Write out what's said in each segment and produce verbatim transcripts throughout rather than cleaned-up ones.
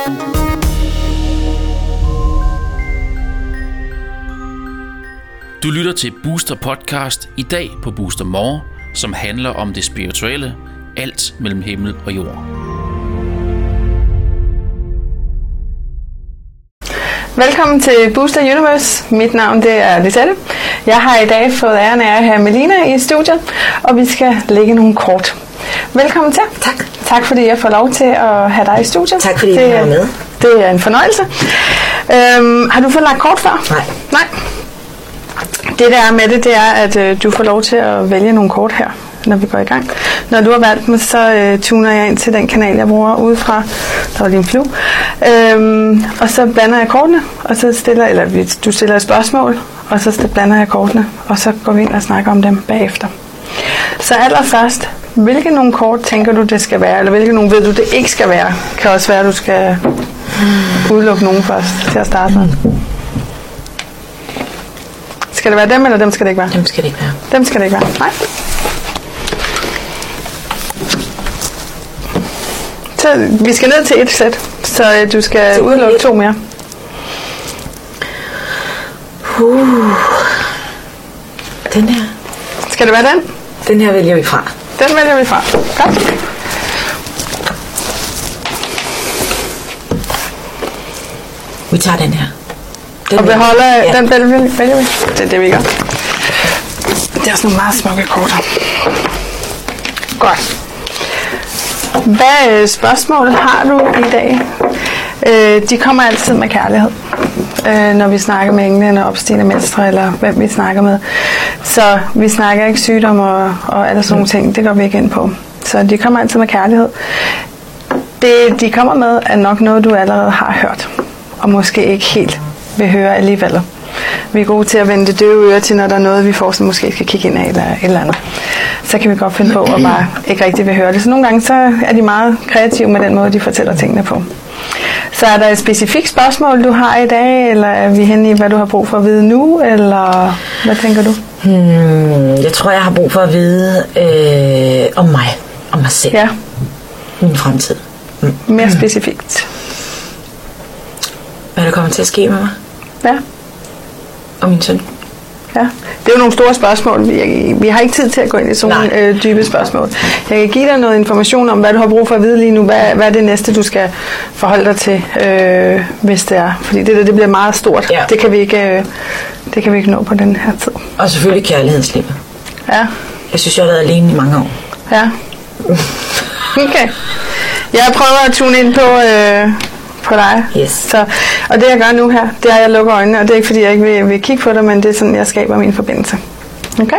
Du lytter til Booster Podcast i dag på Booster More, som handler om det spirituelle, alt mellem himmel og jord. Velkommen til Booster Universe. Mit navn det er Lisette. Jeg har i dag fået æren af at have Melina i studiet, og vi skal lægge nogle kort. Velkommen til. Tak. Tak fordi jeg får lov til at have dig i studiet. Tak fordi du er med. Det er en fornøjelse. Øhm, har du fået lagt kort før? Nej. Nej. Det der er med det, det er, at øh, du får lov til at vælge nogle kort her, når vi går i gang. Når du har valgt dem, så øh, tuner jeg ind til den kanal, jeg bruger udefra. Der var lige en flue. Øhm, og så blander jeg kortene, og så stiller, eller du stiller et spørgsmål, og så blander jeg kortene, og så går vi ind og snakker om dem bagefter. Så allerførst, hvilke nogle kort tænker du, det skal være, eller hvilke nogle ved du, det ikke skal være? Kan også være, at du skal udelukke nogen først til at starte med. Skal det være dem, eller dem skal det ikke være? Dem skal det ikke være. Dem skal det ikke være, nej. Så vi skal ned til et sæt, så du skal så udelukke et. to mere. Uh. Den her. Skal det være den? Den her vælger vi fra. Den vælger vi fra. Godt. Vi tager den her. Den og beholder ja. den vælger vi. vælger vi. Det er det, vi gør. Det er også nogle meget smukke kort. Godt. Hvad spørgsmål har du i dag? Øh, de kommer altid med kærlighed, øh, når vi snakker med englene og opstigende mestre, eller hvem vi snakker med. Så vi snakker ikke sygdom og, og alle sådan nogle ting. Det går vi ikke ind på. Så de kommer altid med kærlighed. Det, de kommer med, er nok noget, du allerede har hørt, og måske ikke helt vil høre alligevel. Vi er gode til at vende det døve øre til, når der er noget, vi får, som måske skal kigge ind af, eller et eller andet. Så kan vi godt finde på, at bare ikke rigtig vil høre det. Så nogle gange så er de meget kreative med den måde, de fortæller tingene på. Så er der et specifikt spørgsmål, du har i dag, eller er vi henne i, hvad du har brug for at vide nu, eller hvad tænker du? Hmm, jeg tror, jeg har brug for at vide øh, om mig, om mig selv. Ja. Min fremtid. Mm. Mere specifikt. Hvad der kommer til at ske med mig? Ja. Og min søn. Ja, det er jo nogle store spørgsmål. Vi, vi har ikke tid til at gå ind i sådan nogle øh, dybe spørgsmål. Jeg kan give dig noget information om, hvad du har brug for at vide lige nu. Hvad, hvad er det næste, du skal forholde dig til, øh, hvis det er. Fordi det der, det bliver meget stort. Ja. Det kan vi ikke, øh, det kan vi ikke nå på den her tid. Og selvfølgelig kærlighedslivet. Ja. Jeg synes, jeg har været alene i mange år. Ja. Okay. Jeg prøver at tune ind på... Øh, på dig. Yes. Så, og det jeg gør nu her, det er at jeg lukker øjnene, og det er ikke fordi jeg ikke vil, vil kigge på dig, men det er sådan jeg skaber min forbindelse. Okay?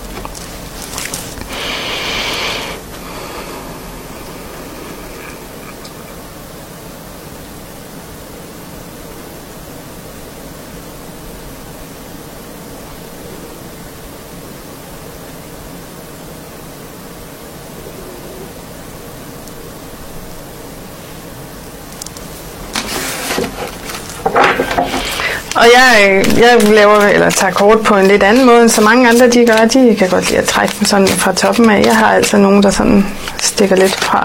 Og jeg, jeg laver, eller tager kort på en lidt anden måde, end så mange andre de gør. De kan godt lide at trække dem sådan fra toppen af. Jeg har altså nogen, der sådan stikker lidt fra.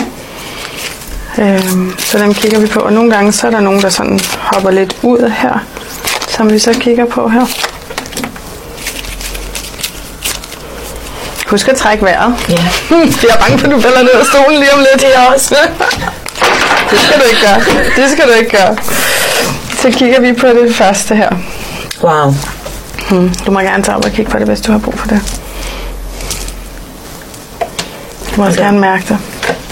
Øhm, så dem kigger vi på. Og nogle gange så er der nogen, der sådan hopper lidt ud her, som vi så kigger på her. Husk at trække vejret. Ja. Jeg er bange for, at du falder ned af stolen lige om lidt her også. Det skal du ikke gøre. Det skal du ikke gøre. Så kigger vi på det første her. Wow. Hmm. Du må gerne tage op og kigge på det, hvis du har brug for det. Du må også okay. gerne mærke det.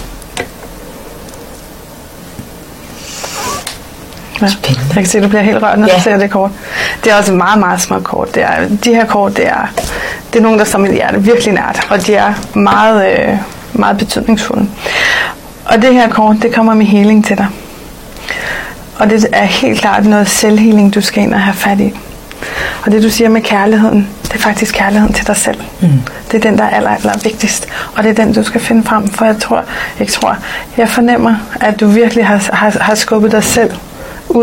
Ja. Spændende. Jeg kan se, at du bliver helt rørt, når ja. du ser det kort. Det er også et meget, meget smukt kort. Det er, de her kort, det er, det er nogen, der står mit hjerte virkelig nært. Og de er meget, øh, meget betydningsfulde. Og det her kort, det kommer med healing til dig. Og det er helt klart noget selvhealing, du skal ind og have fat i. Og det du siger med kærligheden, det er faktisk kærligheden til dig selv. Mm. Det er den, der er aller, aller vigtigst. Og det er den, du skal finde frem. For jeg tror, ikke tror, jeg fornemmer, at du virkelig har, har, har skubbet dig selv ud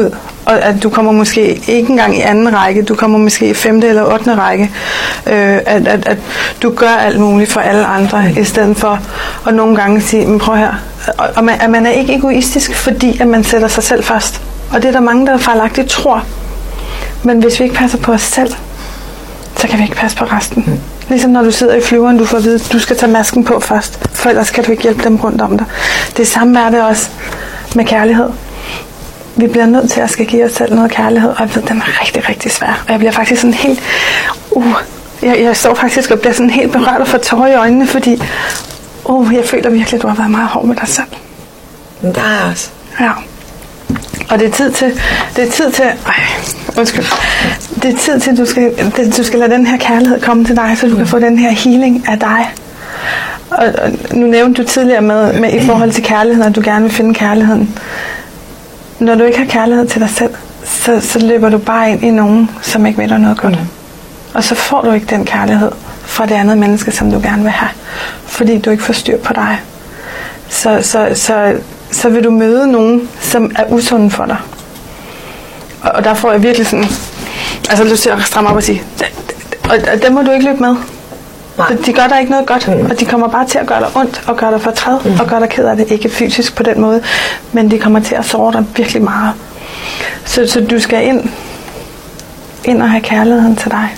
og at du kommer måske ikke engang i anden række, du kommer måske i femte eller ottende række, øh, at, at, at du gør alt muligt for alle andre, mm. i stedet for at nogle gange sige, men prøv her, og, og man, at man er ikke egoistisk, fordi at man sætter sig selv først. Og det er der mange, der fejlagtigt tror. Men hvis vi ikke passer på os selv, så kan vi ikke passe på resten. Mm. Ligesom når du sidder i flyveren, du får at vide, at du skal tage masken på først, for ellers kan du ikke hjælpe dem rundt om dig. Det samme er det også med kærlighed. Vi bliver nødt til at skal give os selv noget kærlighed, og jeg ved, den er rigtig, rigtig svær. Og jeg bliver faktisk sådan helt... Uh, jeg, jeg står faktisk og bliver sådan helt berørt og får tårer i øjnene, fordi uh, jeg føler virkelig, at du har været meget hård med dig selv. Men der er også. Ja. Og det er tid til... Det er tid til... Ej, undskyld. Det er tid til, at du skal, det, du skal lade den her kærlighed komme til dig, så du kan få den her healing af dig. Og, og nu nævnte du tidligere med, med i forhold til kærligheden, at du gerne vil finde kærligheden. Når du ikke har kærlighed til dig selv, så, så løber du bare ind i nogen, som ikke vil dig noget godt. Mm. Og så får du ikke den kærlighed fra det andet menneske, som du gerne vil have, fordi du ikke får styr på dig. Så, så, så, så vil du møde nogen, som er usunde for dig. Og, og der får jeg virkelig sådan, altså lyst til at stramme op og sige, og, og dem må du ikke løbe med. Nej. De gør dig ikke noget godt, mm. og de kommer bare til at gøre dig ondt, og gøre dig fortræd, mm. og gøre dig ked af det. Ikke fysisk på den måde, men de kommer til at såre dig virkelig meget. Så, så du skal ind, ind og have kærligheden til dig.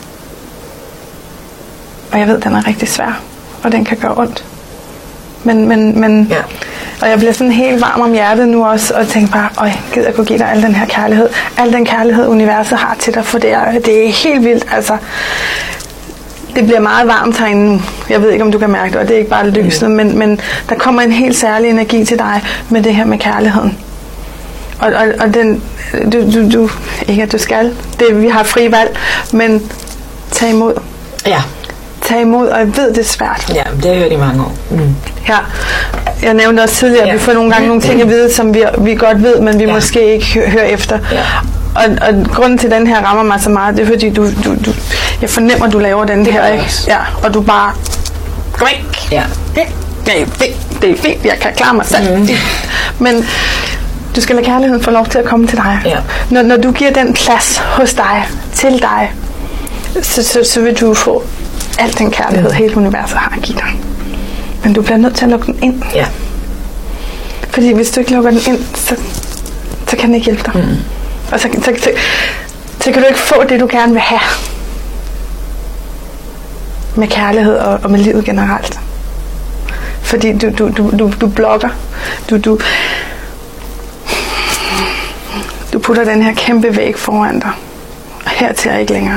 Og jeg ved, den er rigtig svær, og den kan gøre ondt. Men, men, men ja. Og jeg bliver sådan helt varm om hjertet nu også, og tænker bare, øj, gider jeg kunne give dig al den her kærlighed. Al den kærlighed, universet har til dig, for det er, det er helt vildt, altså. Det bliver meget varmt herinde nu. Jeg ved ikke, om du kan mærke det, og det er ikke bare lysende, mm. men, men der kommer en helt særlig energi til dig med det her med kærligheden. Og, og, og den, du, du, du, ikke at du skal, det, vi har fri valg, men tag imod. Ja. Tag imod, og jeg ved, det er svært. Ja, det har jeg hørt i mange år. Mm. Ja, jeg nævnte også tidligere, ja. At vi får nogle gange nogle ting at vide, som vi, vi godt ved, men vi ja. Måske ikke hø- hører efter. Ja. Og, og grunden til, den her rammer mig så meget, det er fordi, du, du, du, jeg fornemmer, at du laver den det her, ikke? Ja, og du bare, gå væk. Ja. Det er fint, det er fint, jeg kan klare mig selv. Mm. Men du skal lade kærligheden få lov til at komme til dig. Ja. Når, når du giver den plads hos dig, til dig, så, så, så vil du få al den kærlighed, mm. hele universet har at give dig. Men du bliver nødt til at lukke den ind. Ja. Fordi hvis du ikke lukker den ind, så, så kan den ikke hjælpe dig. Mm. Og så, så, så, så kan du ikke få det, du gerne vil have. Med kærlighed og, og med livet generelt. Fordi du, du, du, du, du blokker. Du, du, du putter den her kæmpe væg foran dig. Og hertil er ikke længere.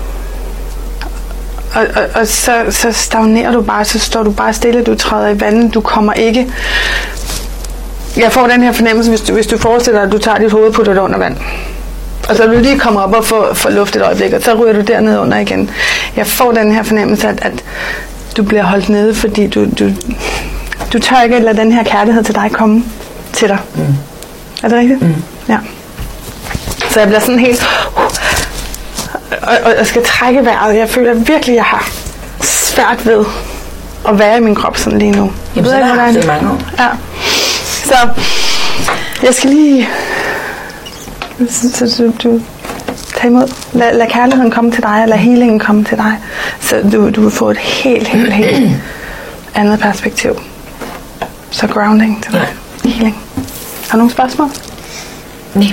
Og, og, og så, så stagnerer du bare, så står du bare stille, du træder i vandet, du kommer ikke. Jeg får den her fornemmelse, hvis du, hvis du forestiller dig, at du tager dit hoved og putter det under vand. Og så vil du lige komme op og få, få luft et øjeblik, og så ryger du dernede under igen. Jeg får den her fornemmelse, at, at du bliver holdt nede, fordi du, du, du tør ikke at lade den her kærlighed til dig komme til dig. Mm. Er det rigtigt? Mm. Ja. Så jeg bliver sådan helt... Og, og jeg skal trække vejret. Jeg føler virkelig, at jeg har svært ved at være i min krop sådan lige nu. Jeg ved ikke, hvordan det er mange år. Ja. Så jeg skal lige... Så, så du, du tag imod. Lad, lad kærligheden komme til dig, og lad healingen komme til dig. Så du, du vil få et helt, helt, helt andet perspektiv. Så grounding til dig. Ja. Healing. Har du nogle spørgsmål? Nej.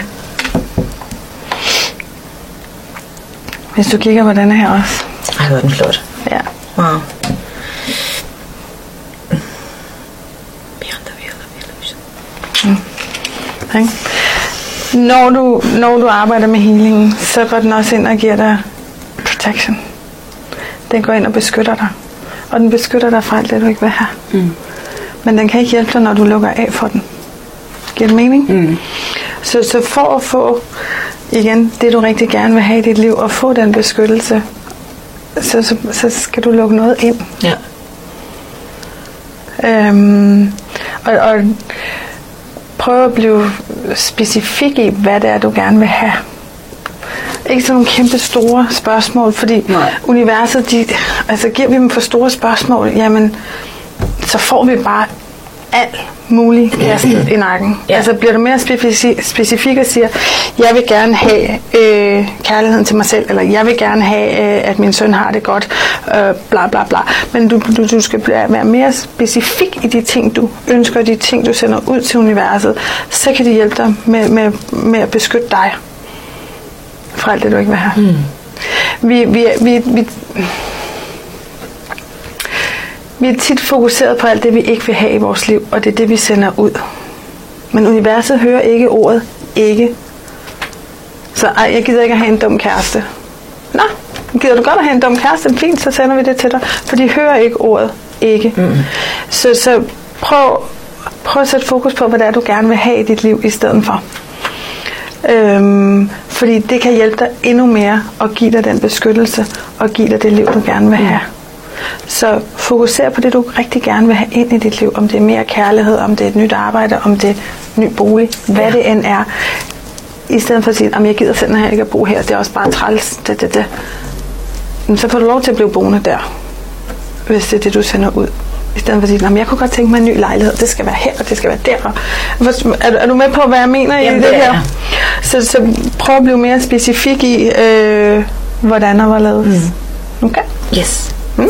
Hvis du kigger på denne her også. Ej, hvor er den flot. Ja. Wow. Mm. Okay. Når du, når du arbejder med healingen, så går den også ind og giver dig protection. Den går ind og beskytter dig. Og den beskytter dig fra alt det, du ikke vil have. Mm. Men den kan ikke hjælpe dig, når du lukker af for den. Giver det mening? Mm. Så, så for at få, igen, det du rigtig gerne vil have i dit liv, og få den beskyttelse, så, så, så skal du lukke noget ind. Ja. Øhm, og, og prøv at blive specifik i, hvad det er, du gerne vil have. Ikke sådan nogle kæmpe store spørgsmål, fordi Nej. universet, de, altså giver vi dem for store spørgsmål, jamen, så får vi bare alt muligt kastet i nakken. Ja. Altså bliver du mere specifik, specifik og siger, jeg vil gerne have øh, kærligheden til mig selv, eller jeg vil gerne have, øh, at min søn har det godt, øh, bla bla bla. Men du, du, du skal være mere specifik i de ting, du ønsker, de ting, du sender ud til universet. Så kan det hjælpe dig med, med, med at beskytte dig fra alt det, du ikke vil have. Mm. Vi, vi, vi, vi, vi er tit fokuseret på alt det, vi ikke vil have i vores liv, og det er det, vi sender ud. Men universet hører ikke ordet ikke. Så ej, jeg gider ikke at have en dum kæreste. Nå, gider du godt at have en dum kæreste? Fint, så sender vi det til dig. For de hører ikke ordet ikke. Mm. Så, så prøv, prøv at sætte fokus på, hvad det er, du gerne vil have i dit liv i stedet for. Øhm, fordi det kan hjælpe dig endnu mere og give dig den beskyttelse og give dig det liv, du gerne vil have. Så fokuser på det, du rigtig gerne vil have ind i dit liv. Om det er mere kærlighed, om det er et nyt arbejde, om det er en ny bolig, hvad ja. det end er. I stedet for at sige, at jeg gider simpelthen ikke at bo her, det er også bare træls. Det, det, det. Men så får du lov til at blive boende der, hvis det er det, du sender ud. I stedet for at sige, at jeg kunne godt tænke mig en ny lejlighed. Det skal være her, og det skal være der. Er, er du med på, hvad jeg mener Jamen, i det, det her? Så, så prøv at blive mere specifik i, øh, hvordan og hvorledes. Mm. Okay? Yes. Mm.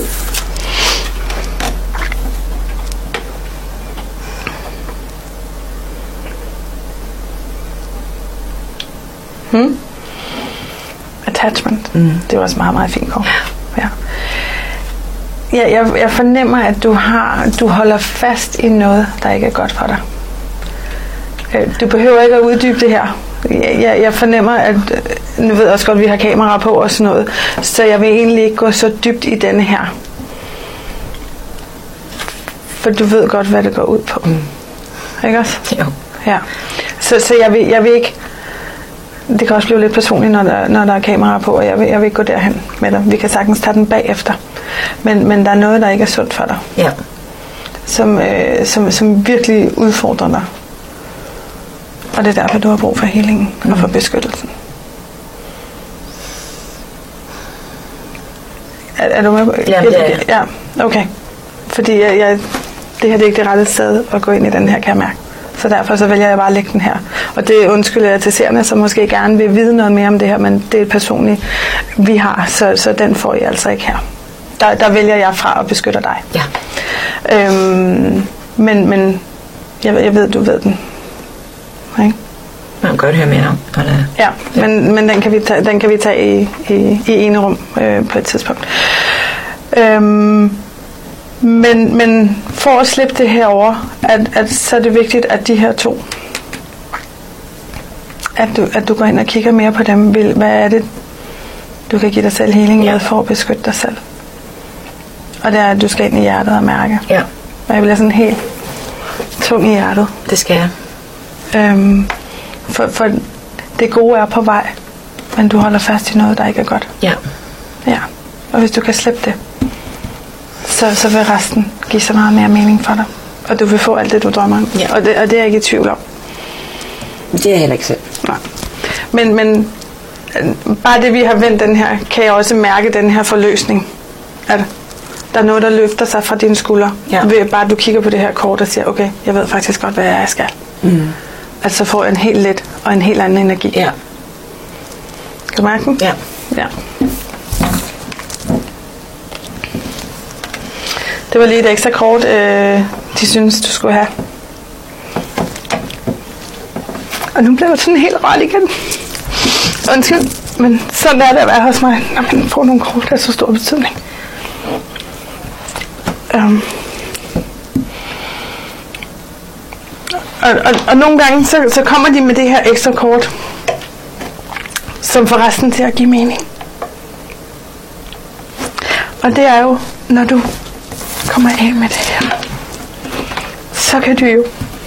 Hmm? Attachment. Mm. Det er også meget, meget fint kort. Ja. Ja, jeg, jeg fornemmer, at du har, du holder fast i noget, der ikke er godt for dig. Du behøver ikke at uddybe det her. Jeg, jeg, jeg fornemmer, at nu ved jeg også godt, at vi har kamera på og sådan noget, så jeg vil egentlig ikke gå så dybt i denne her. For du ved godt, hvad det går ud på. Mm. Ikke også? Jo. Ja. Så, så jeg, vil, jeg vil ikke... Det kan også blive lidt personligt, når der, når der er kamera på, og jeg vil, jeg vil ikke gå derhen med dig. Vi kan sagtens tage den bagefter. Men, men der er noget, der ikke er sundt for dig. Ja. Som, øh, som, som virkelig udfordrer dig. Og det er derfor, du har brug for healingen mm. og for beskyttelsen. Er, er du med? Ja, det er jeg. Ja, okay. Fordi jeg, jeg, det her det er ikke det rette sted at gå ind i den her, kan jeg mærke. Så derfor så vælger jeg bare at lægge den her. Og det undskylder jeg til seerne, som måske gerne vil vide noget mere om det her, men det er personligt, vi har, så, så den får I altså ikke her. Der, der vælger jeg fra at beskytte dig. Ja. Øhm, men men jeg, jeg ved, du ved den. Okay? Man kan godt høre mere om. Eller? Ja, ja. Men, men den kan vi tage, den kan vi tage i, i, i ene rum øh, på et tidspunkt. Øhm, Men, men for at slippe det herover, at, at, så er det vigtigt, at de her to, at du, at du går ind og kigger mere på dem. Hvad er det, du kan give dig selv healing med for at beskytte dig selv? Og det er, at du skal ind i hjertet og mærke. Ja. Og jeg bliver sådan helt tung i hjertet. Det skal jeg. Øhm, for, for det gode er på vej, men du holder fast i noget, der ikke er godt. Ja. Ja. Og hvis du kan slippe det, Så, så vil resten give så meget mere mening for dig. Og du vil få alt det, du drømmer om. Ja. Og, det, og det er jeg ikke i tvivl om. Det er jeg heller ikke selv. Nej. Men, men bare det, vi har vendt den her, kan jeg også mærke den her forløsning. At der er noget, der løfter sig fra dine skuldre. Ja. Ved bare, at du kigger på det her kort og siger, okay, jeg ved faktisk godt, hvad jeg skal. Mm. At så får jeg en helt let og en helt anden energi. Ja. Kan du mærke den? Ja. Ja. Det var lige et ekstra kort, øh, de synes, du skulle have. Og nu bliver jeg sådan helt rørt igen. Undskyld, men sådan er det at være hos mig, når man får nogle kort, der er så stor betydning. Um. Og, og, og nogle gange, så, så kommer de med det her ekstra kort, som får resten til at give mening. Og det er jo, når du kommer af med det her, så kan du jo,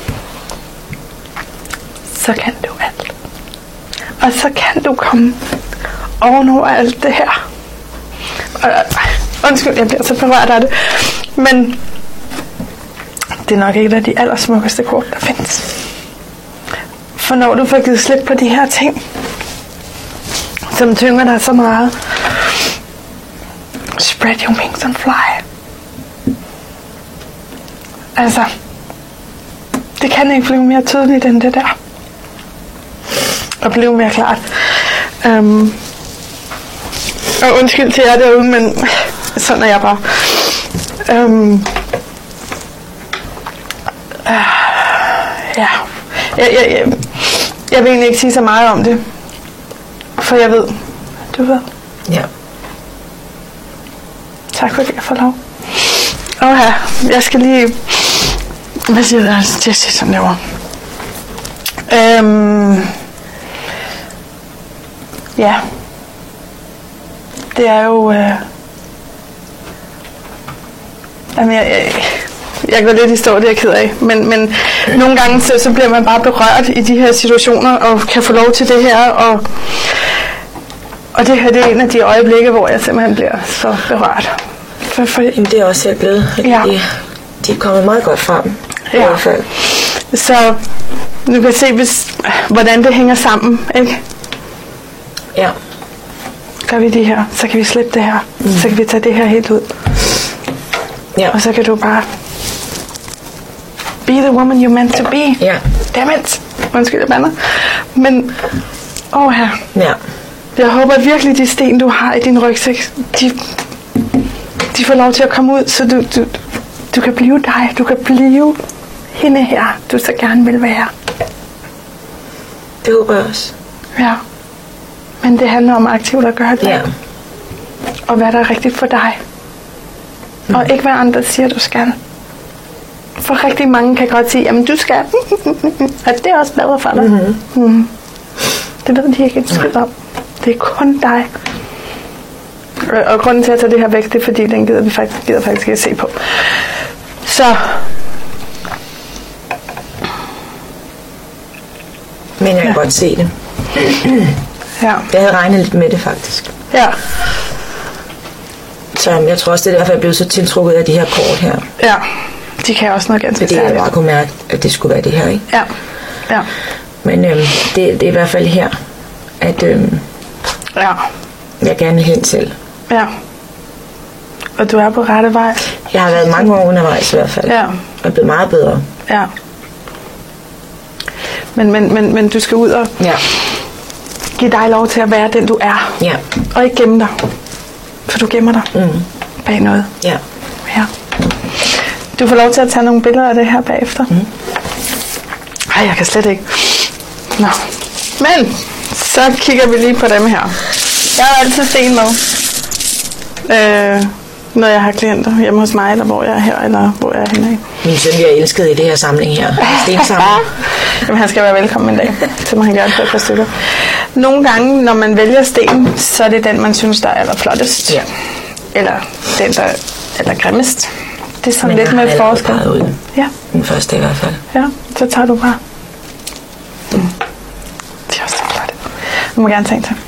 så kan du alt. Og så kan du komme ovenover alt det her. Og, undskyld, jeg bliver så berørt af det, men det er nok ikke af de allersmukkeste kort, der findes. For når du får givet slip på de her ting, som tynger dig så meget, spread your wings and fly. Altså, det kan ikke blive mere tydeligt end det der. Og blive mere klart. Um, og undskyld til jer derude, men sådan er jeg bare. Um, uh, ja. Jeg, jeg, jeg, jeg vil egentlig ikke sige så meget om det. For jeg ved. Du ved. Ja. Tak fordi jeg får lov. Åh ja, jeg skal lige... Hvad siger jeg? Jeg siger sådan derovre. Øhm... Ja. Det er jo... Øh... Jamen, jeg, jeg, jeg går lidt i stå, det er jeg ked af. Men, men nogle gange så, så bliver man bare berørt i de her situationer, og kan få lov til det her, og... Og det her, det er en af de øjeblikke, hvor jeg simpelthen bliver så berørt. For, for... Jamen, det er også selv blevet. Ja. De, de er kommet meget godt frem. I Ja. hvert fald. Så du kan se, hvis, hvordan det hænger sammen, ikke? Ja. Gør vi det her, så kan vi slippe det her. Mm. Så kan vi tage det her helt ud. Ja. Og så kan du bare... Be the woman you're meant to be. Ja. Damn it. Undskyld, jeg bander. Men... Åh her. Ja. Jeg håber virkelig, de sten, du har i din rygsæk, de, de får lov til at komme ud, så du, du, du kan blive dig. Du kan blive hende her, du så gerne vil være. Det håber jeg også. Ja. Men det handler om aktivt at gøre det. Ja. Og hvad der er rigtigt for dig. Mm. Og ikke hvad andre siger, du skal. For rigtig mange kan godt sige, jamen du skal. At det er også bedre for dig. Mm-hmm. Mm. Det ved de ikke et skid om. Det er kun dig. Og, og grunden til at tage det her væk, det er fordi, den gider vi faktisk, gider faktisk ikke at se på. Så. Men jeg kan ja. godt se det. Ja. Jeg havde regnet lidt med det faktisk. Ja. Så jeg tror også, det er derfor, jeg blev så tiltrukket af de her kort her. Ja. De kan også noget ganske særligt. Fordi jeg bare kunne mærke, at det skulle være det her, ikke? Ja. Ja. Men øhm, det, det er i hvert fald her, at øhm, ja. jeg gerne vil hen til. Ja. Og du er på rette vej. Jeg har været mange år undervejs i hvert fald. Ja. Og er blevet meget bedre. Ja. Men, men, men, men du skal ud og ja. give dig lov til at være den, du er. Ja. Og ikke gemme dig. For du gemmer dig mm. bag noget. Ja. Ja. Du får lov til at tage nogle billeder af det her bagefter. Mm. Ej, jeg kan slet ikke. Nå. Men, så kigger vi lige på dem her. Jeg har altid sten med. Øh, når jeg har klienter hjemme hos mig, eller hvor jeg er her, eller hvor jeg er henne af. Min søn bliver elsket i det her samling her. Stensamling. Jamen, han skal være velkommen en dag. Så må han gerne få et par stykker. Nogle gange, når man vælger sten, så er det den, man synes, der er allerflottest. Ja. Eller den, der er allergrimmest. Det er sådan men lidt med forskel. Ud. Ja. Den første i hvert fald. Ja, så tager du bare. Mm. Det er også så flot. Du må gerne tænke til.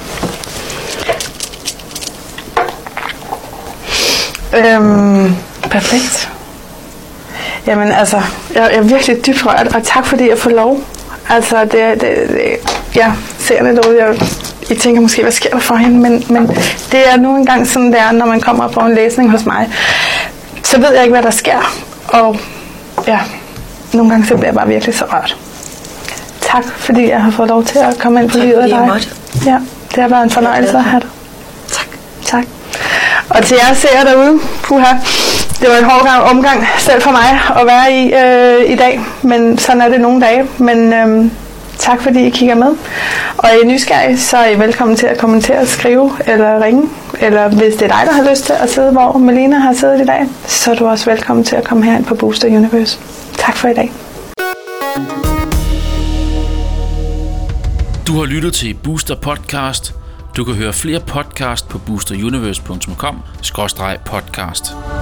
Øhm, perfekt. Jamen altså, jeg er virkelig dybt rørt, og tak fordi jeg får lov. Altså, det, det, det ja, seerne derude, jeg, I tænker måske, hvad sker der for hende, men, men det er nu engang sådan, det er, når man kommer og får en læsning hos mig. Så ved jeg ikke, hvad der sker, og ja, nogle gange så bliver jeg bare virkelig så rørt. Tak, fordi jeg har fået lov til at komme ind på livet af dig. Ja, det har været en fornøjelse at have dig. Tak. Tak. Og til jer seere derude, puha, det var en hård omgang selv for mig at være i øh, i dag, men sådan er det nogle dage. Men øh, tak fordi I kigger med. Og er I nysgerrige, så er I velkommen til at kommentere, skrive eller ringe. Eller hvis det er dig, der har lyst til at sidde, hvor Melina har siddet i dag, så er du også velkommen til at komme herind på Booster Universe. Tak for i dag. Du har lyttet til Booster Podcast. Du kan høre flere podcast på booster universe punktum com skråstreg podcast.